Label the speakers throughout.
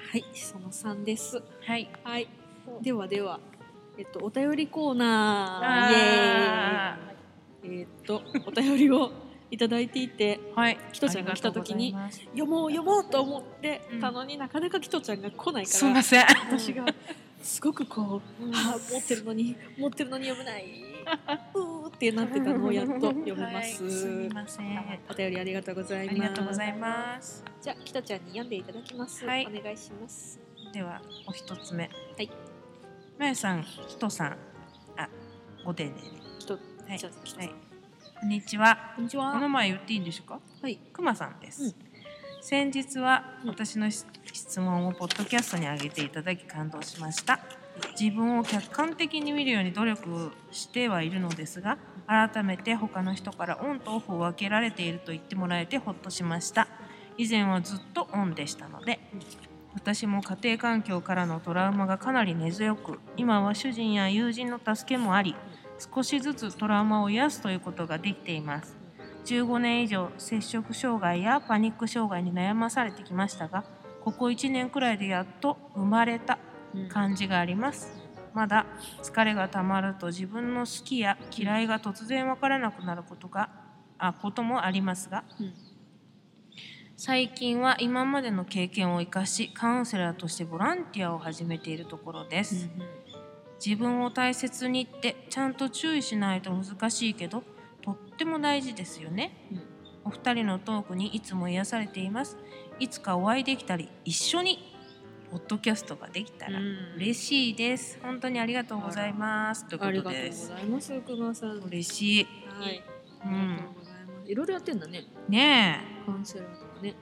Speaker 1: はい、その3です。
Speaker 2: はい。
Speaker 1: はい。では、お便りコーナー、イエーイ。お便りをいただいていて、
Speaker 2: はい、
Speaker 1: キトちゃんが来た時に読もうと思ってたのに、なかなかキトちゃんが来ないから、
Speaker 2: すいません。
Speaker 1: 私がすごくこう、持ってるのに読めない。ってなってたのをやっと読めます。
Speaker 2: はい、すみません。
Speaker 1: お便りありがとうございます。
Speaker 2: ありがとうございます。
Speaker 1: じゃあキトちゃんに読んでいただきます。
Speaker 2: はい、
Speaker 1: お願いします。
Speaker 2: ではお一つ目。
Speaker 1: はい。
Speaker 2: まゆさん、キトさん、ご丁寧に。
Speaker 1: キト、
Speaker 2: はい、
Speaker 1: じゃあキトさん。
Speaker 2: こんにちは。
Speaker 1: こんにちは。
Speaker 2: お名前言っていいんでしょうか。
Speaker 1: はい。
Speaker 2: くまさんです。先日は私の質問をポッドキャストに上げていただき感動しました。自分を客観的に見るように努力してはいるのですが、改めて他の人からオンとオフを分けられていると言ってもらえてほっとしました。以前はずっとオンでしたので、私も家庭環境からのトラウマがかなり根強く、今は主人や友人の助けもあり、少しずつトラウマを癒すということができています。15年以上摂食障害やパニック障害に悩まされてきましたが、ここ1年くらいでやっと生まれた感じがあります。まだ疲れがたまると自分の好きや嫌いが突然分からなくなることもありますが、最近は今までの経験を生かし、カウンセラーとしてボランティアを始めているところです。自分を大切にってちゃんと注意しないと難しいけど、とっても大事ですよね。お二人のトークにいつも癒されています。いつかお会いできたり、一緒にポッドキャストができたら嬉しいです。本当にありがとうございます。ということです。
Speaker 1: ありがとうございます、くまさん。
Speaker 2: 嬉しい。
Speaker 1: はい。ありがとうございます。いろいろやってんだね。
Speaker 2: ね
Speaker 1: え。カウンセラーとかね。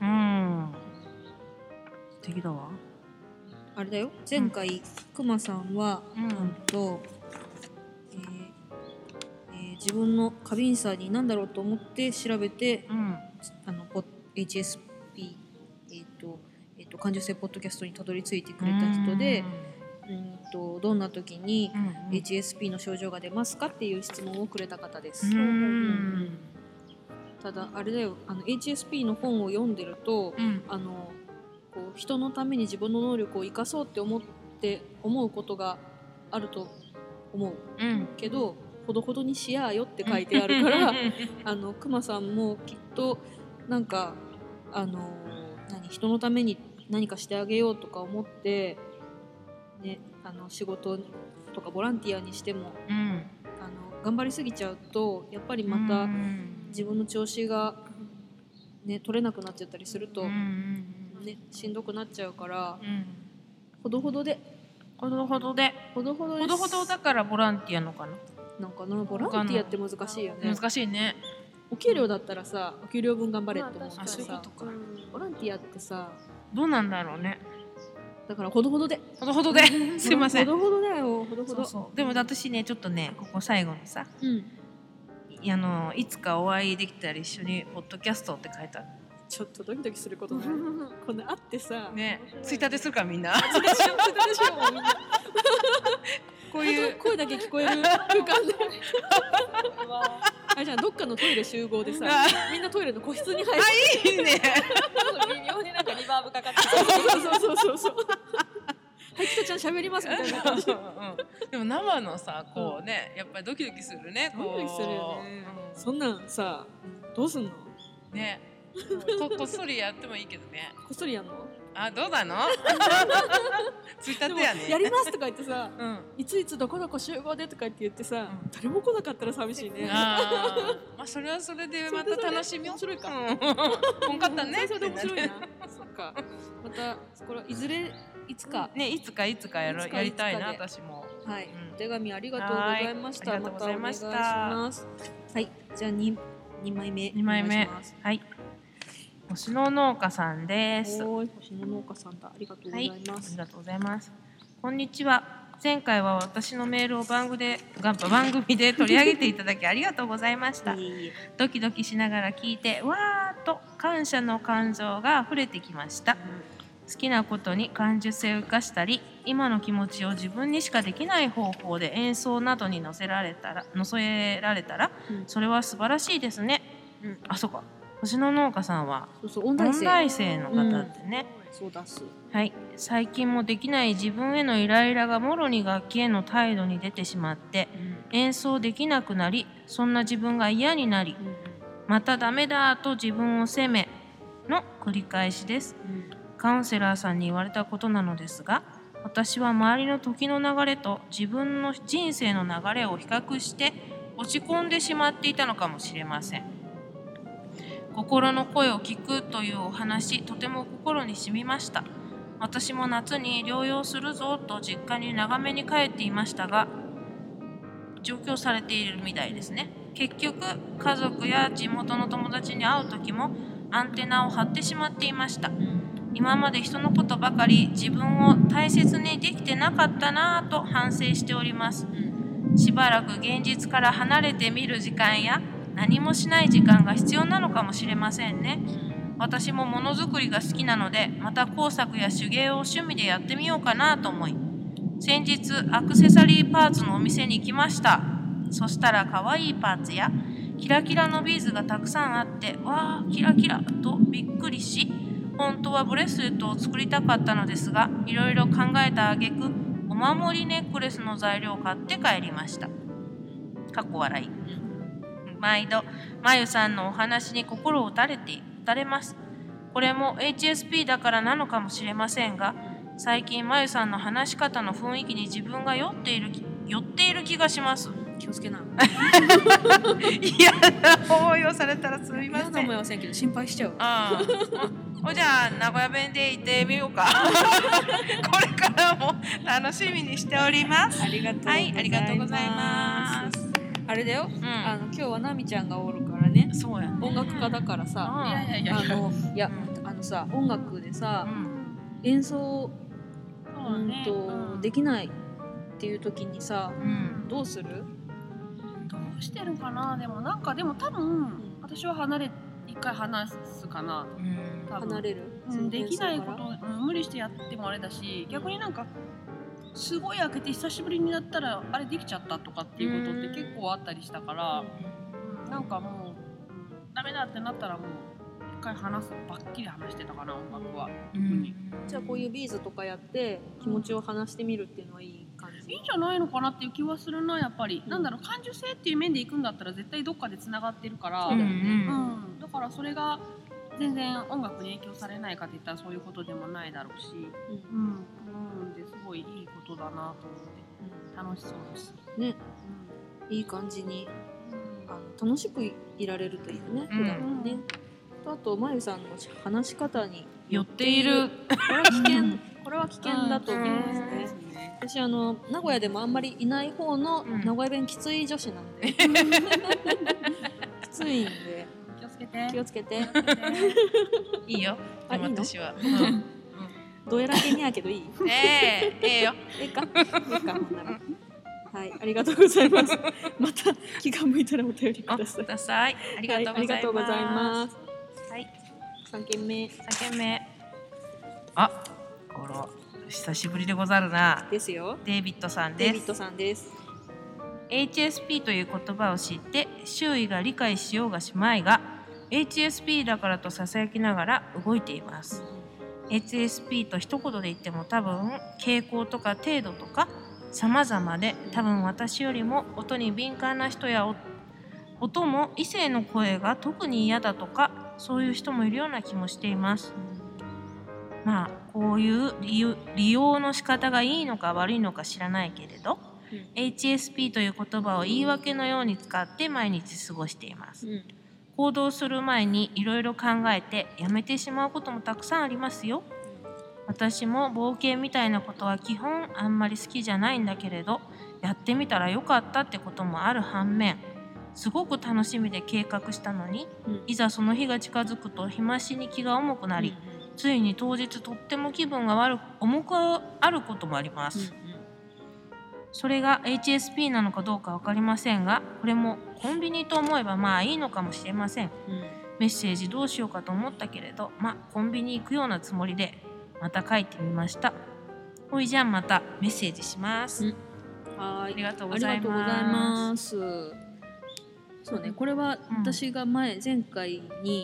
Speaker 2: 素敵だわ。
Speaker 1: あれだよ。前回くまさんは自分の過敏さに何だろうと思って調べて、HSP、感受性ポッドキャストにたどり着いてくれた人で、どんな時に HSP の症状が出ますかっていう質問をくれた方です。ただあれだよ、HSP の本を読んでると、こう人のために自分の能力を生かそうって思うことがあると思う、けどほどほどにしやーよって書いてあるからくまさんもきっとなんか人のために何かしてあげようとか思って、ね、仕事とかボランティアにしても、頑張りすぎちゃうとやっぱりまた自分の調子が、ね、取れなくなっちゃったりすると、しんどくなっちゃうから、ほどほどで
Speaker 2: だからボランティアのかな。
Speaker 1: なんかな、ボランティアって難しいよね。
Speaker 2: 難しいね。
Speaker 1: お給料だったらさ、お給料分頑張れって思うけどさ、
Speaker 2: そういうことか。
Speaker 1: ボランティアってさ、
Speaker 2: どうなんだろうね。
Speaker 1: だからほどほどで。
Speaker 2: すいません。
Speaker 1: ほどほどだよ、ほどほど。
Speaker 2: そうでも私ね、ちょっとね、ここ最後のさ、いつかお会いできたら一緒にポッドキャストって書いてある。
Speaker 1: ちょっとドキドキすることないこんな会ってさ
Speaker 2: ね、ツイッターでするからみんな
Speaker 1: ツイッターでしようみんな
Speaker 2: こういう
Speaker 1: 声だけ聞こえる空間であれじゃん、どっかのトイレ集合でさみんなトイレの個室に入って
Speaker 2: いいね
Speaker 1: 微妙になんかリバーブかかってそうはい、キトちゃん喋りますみたいな感じ
Speaker 2: でも生のさ、こうね、やっぱりドキドキするね。
Speaker 1: ドキドキするよね。そんなんさ、どうすんの
Speaker 2: ね。こっそりやってもいいけどね。
Speaker 1: こっそりやんの？
Speaker 2: どうなの？ツイッターでやね。
Speaker 1: やりますとか言ってさ、いついつどこどこ集合でとか言ってさ、誰も来なかったら寂しいね。
Speaker 2: まあそれはそれでまた楽しみ。
Speaker 1: 面白いか。
Speaker 2: 本かったね。
Speaker 1: それで面白いな。そっか。またこれいずれいつか
Speaker 2: やりたいな、私も。
Speaker 1: はい。お手紙ありがとうございました。またお願いします。はい。じゃあ2枚目。
Speaker 2: はい。星の農家さんです。
Speaker 1: 星の農家さんだ。ありがとうございます。
Speaker 2: ありがとうございます。こんにちは。前回は私のメールを番組で取り上げていただきありがとうございました。ドキドキしながら聞いて、わーっと感謝の感情が溢れてきました。好きなことに感受性を生かしたり、今の気持ちを自分にしかできない方法で演奏などに乗せられたら、それは素晴らしいですね。そうか。 星野農家さんは
Speaker 1: 音
Speaker 2: 大生の方ってね、
Speaker 1: そうだす。
Speaker 2: はい、最近もできない自分へのイライラがもろに楽器への態度に出てしまって、演奏できなくなり、そんな自分が嫌になり、またダメだと自分を責めの繰り返しです。カウンセラーさんに言われたことなのですが、私は周りの時の流れと自分の人生の流れを比較して落ち込んでしまっていたのかもしれません。心の声を聞くというお話、とても心に染みました。私も夏に療養するぞと実家に長めに帰っていましたが、上京されているみたいですね。結局家族や地元の友達に会う時もアンテナを張ってしまっていました。今まで人のことばかり自分を大切にできてなかったなぁと反省しております。しばらく現実から離れてみる時間や何もしない時間が必要なのかもしれませんね。私もものづくりが好きなので、また工作や手芸を趣味でやってみようかなと思い、先日アクセサリーパーツのお店に行きました。そしたら可愛いパーツやキラキラのビーズがたくさんあって、わーキラキラとびっくりし、本当はブレスレットを作りたかったのですが、いろいろ考えた挙句、お守りネックレスの材料を買って帰りました。かっこ笑い。毎度まゆさんのお話に心を打たれます。これも HSP だからなのかもしれませんが、最近まゆさんの話し方の雰囲気に自分が酔っている気がします。
Speaker 1: 気をつけな。
Speaker 2: 嫌な思いをされたらすみません。
Speaker 1: 嫌な思いはせんけど心配しちゃう。
Speaker 2: じゃあ名古屋弁で言ってみようか。これからも楽しみにしております。
Speaker 1: ありがとうございます。あれだよ、今日はなみちゃんがおるからね。
Speaker 2: そうやね。
Speaker 1: 音楽家だからさ。さ、音楽でさ、演奏できないっていう時にさ、どうする？
Speaker 3: どうしてるかな。でも多分私は一回話すかな。
Speaker 1: 離れる？
Speaker 3: できないことを無理してやってもあれだし、逆にすごい開けて久しぶりにやったらあれできちゃったとかっていうことって結構あったりしたから、もうダメだってなったらもう一回ばっきり話してたかな、音楽は。
Speaker 1: じゃあこういうビーズとかやって気持ちを話してみるっていうのはいい感じ？
Speaker 3: いいんじゃないのかなっていう気はするな、やっぱり。感受性っていう面でいくんだったら絶対どっかでつながってるから、だからそれが全然音楽に影響されないかって言ったらそういうことでもないだろうし、ですごいいいことだなと思って、楽しそうですね。
Speaker 1: いい感じに楽しくいられるというね、普段ね。あとまゆさんの話し方に
Speaker 2: 寄っている。
Speaker 1: これは危険だと思いますね。私名古屋でもあんまりいない方の名古屋弁きつい女子なんで、きついんで気をつけて。
Speaker 2: いいよ。でも私は。
Speaker 1: どうやらけにやけどいい？
Speaker 2: ええよ。
Speaker 1: ほんなら。はい、ありがとうございます。また気が向いたらお便りください。
Speaker 2: ありがとうございます。
Speaker 1: はい。3件目。
Speaker 2: これ久しぶりでござるな。
Speaker 1: ですよ。
Speaker 2: デイビッドさん
Speaker 1: です。
Speaker 2: HSP という言葉を知って周囲が理解しようがしまいが HSP だからとささやきながら動いています。HSP と一言で言っても多分傾向とか程度とか様々で、多分私よりも音に敏感な人や音も異性の声が特に嫌だとか、そういう人もいるような気もしています。こういう利用の仕方がいいのか悪いのか知らないけれど、HSP という言葉を言い訳のように使って毎日過ごしています。行動する前にいろいろ考えてやめてしまうこともたくさんありますよ。私も冒険みたいなことは基本あんまり好きじゃないんだけれど、やってみたらよかったってこともある反面、すごく楽しみで計画したのに、いざその日が近づくと日増しに気が重くなり、ついに当日とっても気分が重くあることもあります。それが HSP なのかどうか分かりませんが、これもコンビニと思えばいいのかもしれません。メッセージどうしようかと思ったけれど、コンビニ行くようなつもりでまた書いてみました。ほいじゃあまたメッセージします。ありがとうございます。
Speaker 1: そうね、これは私が前回に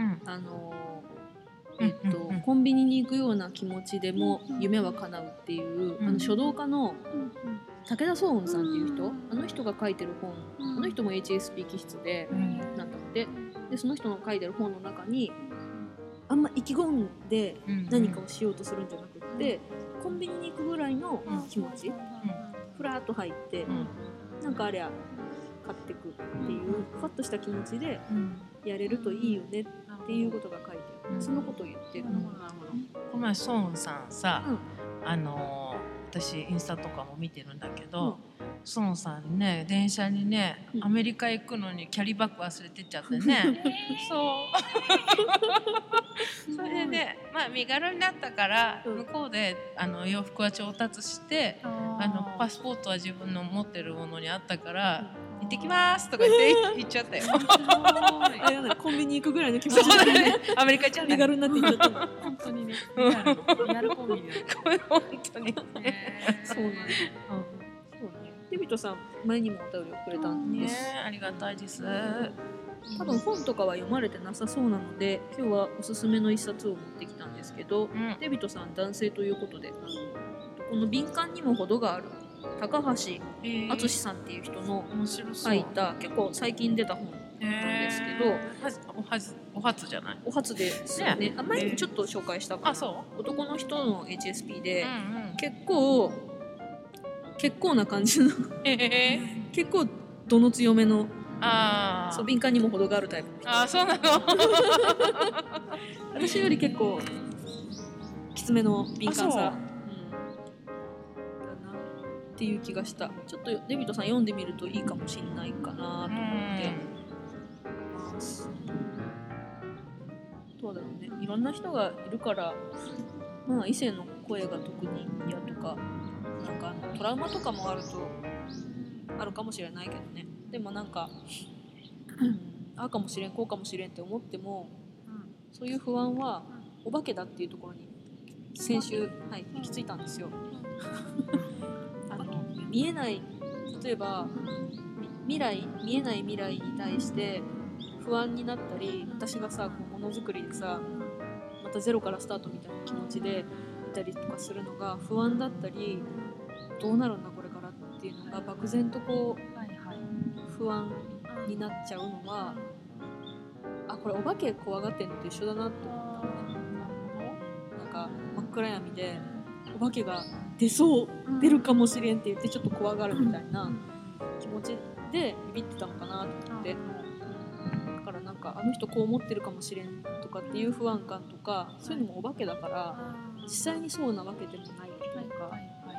Speaker 1: コンビニに行くような気持ちでも夢は叶うっていう、書道家の武田壮雲さんっていう人、あの人が書いてる本、あの人も HSP 気質で、なんだって。でその人の書いてる本の中にあんま意気込んで何かをしようとするんじゃなくって、コンビニに行くぐらいの気持ち、ふらっと入って、なんかありゃ買ってくっていうふわっとした気持ちでやれるといいよねっていうことが書いてある、そのことを言ってる。
Speaker 2: この前ソンさんさ、私インスタとかも見てるんだけど、ソンさんね、電車にね、アメリカ行くのにキャリーバッグ忘れてっちゃってね、そうそれでね、まあ身軽になったから向こうで洋服は調達して、パスポートは自分の持ってるものにあったから行ってきますとか言って行っちゃったよ。
Speaker 1: コンビニ行くぐらいの気持ちでね、
Speaker 2: アメリカ行っちゃった。
Speaker 1: 身軽になって行っちゃった。
Speaker 3: 本当にね、リアルコンビニだよ。
Speaker 2: 本当に。
Speaker 1: そうなんだ。デビットさん前にもお便りをくれたんです。
Speaker 2: ありがたいです。
Speaker 1: 多分本とかは読まれてなさそうなので、今日はおすすめの一冊を持ってきたんですけど、デビットさん男性ということで、この敏感にも程がある高橋敦さんっていう人の書いた、結構最近出た本なんですけど、
Speaker 2: お初じゃない？
Speaker 1: お初ですよね。前にちょっと紹介したかな。男の人の HSP で、結構な感じの結構度の強めの、そう敏感にも程があるタイプの人。
Speaker 2: そうなの？
Speaker 1: 私より結構きつめの敏感さだなっていう気がした。ちょっとデビットさん読んでみるといいかもしれないかなと思ってます。どうだろうね。いろんな人がいるから、まあ異性の声が特に嫌とか、なんかトラウマとかもあるかもしれないけどね。でもなんか、ああかもしれんこうかもしれんって思っても、そういう不安はお化けだっていうところに先週、行き着いたんですよ。見えない、例えば見えない未来に対して不安になったり、私がさこうものづくりでさまたゼロからスタートみたいな気持ちでいたりとかするのが不安だったり、どうなるんだこれからっていうのが漠然とこう不安になっちゃうのは、これお化け怖がってんのと一緒だなって思ったのね。なんか真っ暗闇でお化けが出るかもしれんって言ってちょっと怖がるみたいな気持ちでビビってたのかなと思って、だからなんかあの人こう思ってるかもしれんとかっていう不安感とか、そういうのもお化けだから実際にそうなわけでもないというか、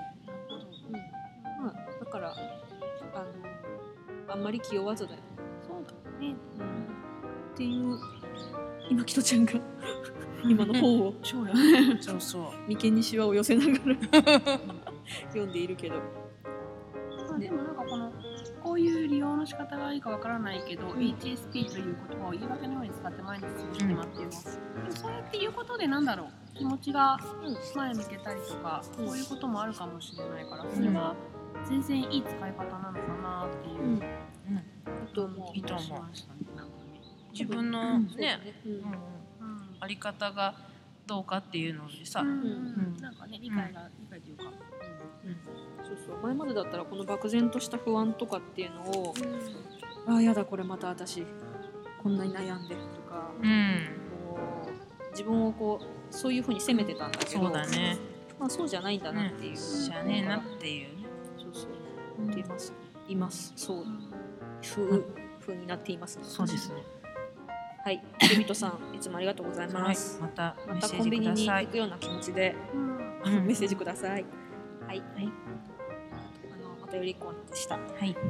Speaker 1: だからあんまり気負わずだよね。
Speaker 3: そうだね、
Speaker 1: っていう今キトちゃんが今の方を眉間にシワを寄せながら読んでいるけど、
Speaker 3: でもなんかこういう利用の仕方がいいかわからないけど、HSP という言葉を言い訳のように使って毎日過ごしてますっていうの、そうやって言うことでなんだろう、気持ちが前向けたりとか、こういうこともあるかもしれないから、それは全然いい使い方なのかなっていう、
Speaker 2: いいと思う。自分のね、あり方がどうかっていうのでさ、
Speaker 3: なんかね、理解というか、
Speaker 1: そう前までだったらこの漠然とした不安とかっていうのを、やだこれまた私こんなに悩んでとか、こう自分をこうそういう風に責めてたんだけど、そうじゃないんだなっていう、
Speaker 2: じゃねえなっていうね、
Speaker 1: っていますそう風になっています。
Speaker 2: そうですね。
Speaker 1: はい、デビットさんいつもありがとうございます。
Speaker 2: また
Speaker 1: コンビニに行くような気持ちでメッセージください。はい。お便りコーナーでした。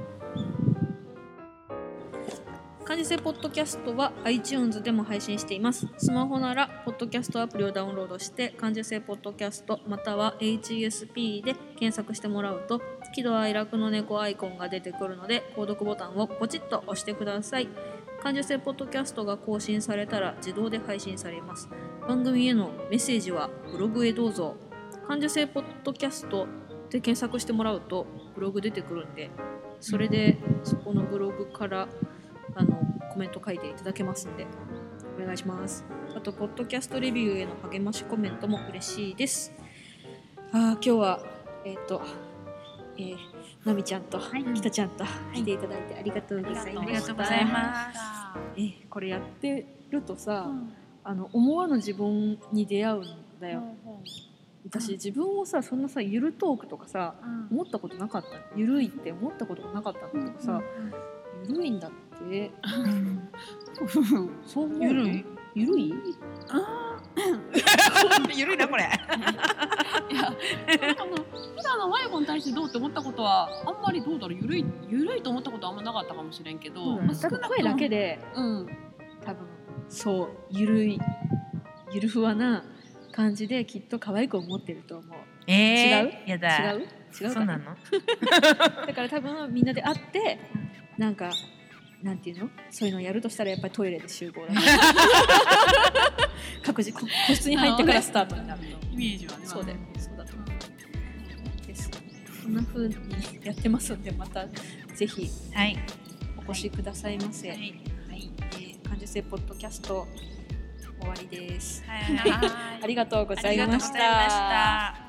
Speaker 1: 感受性ポッドキャストは iTunes でも配信しています。スマホならポッドキャストアプリをダウンロードして感受性ポッドキャストまたは HSP で検索してもらうと喜怒哀楽の猫アイコンが出てくるので購読ボタンをポチッと押してください。感受性ポッドキャストが更新されたら自動で配信されます。番組へのメッセージはブログへどうぞ。感受性ポッドキャストで検索してもらうとブログ出てくるんで、それでそこのブログからコメント書いていただけますんで、 お願いします。あとポッドキャストレビューへの励ましコメントも嬉しいです。今日はのみちゃんときたちゃんと来ていただいてありがとうございました。
Speaker 2: ありがとうございます。
Speaker 1: これやってるとさ、思わぬ自分に出会うんだよ。私自分をさ、そんなさゆるトークとかさ、思ったことなかった。ゆるいって思ったことがなかったんだけどさ、ゆるいんだって。そう思う。ゆるい？ゆるい？
Speaker 2: ゆるいなこれ。
Speaker 3: いや、普段のマユコに対してどうって思ったことはあんまりどうだろう、ゆるいと思ったことはあんまなかったかもしれんけど、
Speaker 1: 多分声だけで、多分そうゆるふわな感じできっと可愛く思ってると思う。違う？
Speaker 2: やだ。
Speaker 1: 違う
Speaker 2: そうなの？
Speaker 1: だから多分みんなで会ってなんかなんていうの、そういうのをやるとしたらやっぱりトイレで集合だ。各自個室に入ってからスタートになる
Speaker 3: イメージはね。
Speaker 1: そうだよね。そうだと思うです。こんな風にやってますので、またぜひお越しくださいませ。感受性ポッドキャスト終わりです。ありがとうございました。